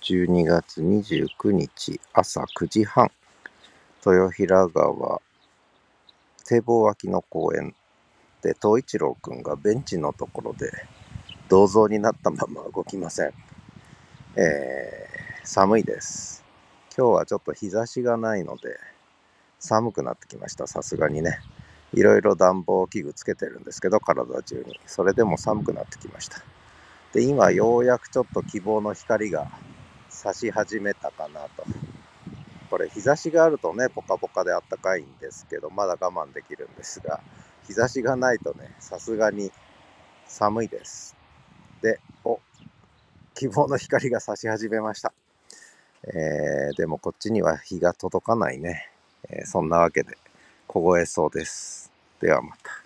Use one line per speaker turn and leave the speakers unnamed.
12月29日朝9時半、豊平川堤防脇の公園で東一郎くんがベンチのところで銅像になったまま動きません。寒いです。今日はちょっと日差しがないので寒くなってきました。さすがにね、いろいろ暖房器具つけてるんですけど、体中にそれでも寒くなってきました。で、今ようやくちょっと希望の光が差し始めたかなと。これ日差しがあるとね、ポカポカであったかいんですけど、まだ我慢できるんですが、日差しがないとね、さすがに寒いです。で、希望の光が差し始めました。でもこっちには日が届かないね。そんなわけで凍えそうです。ではまた。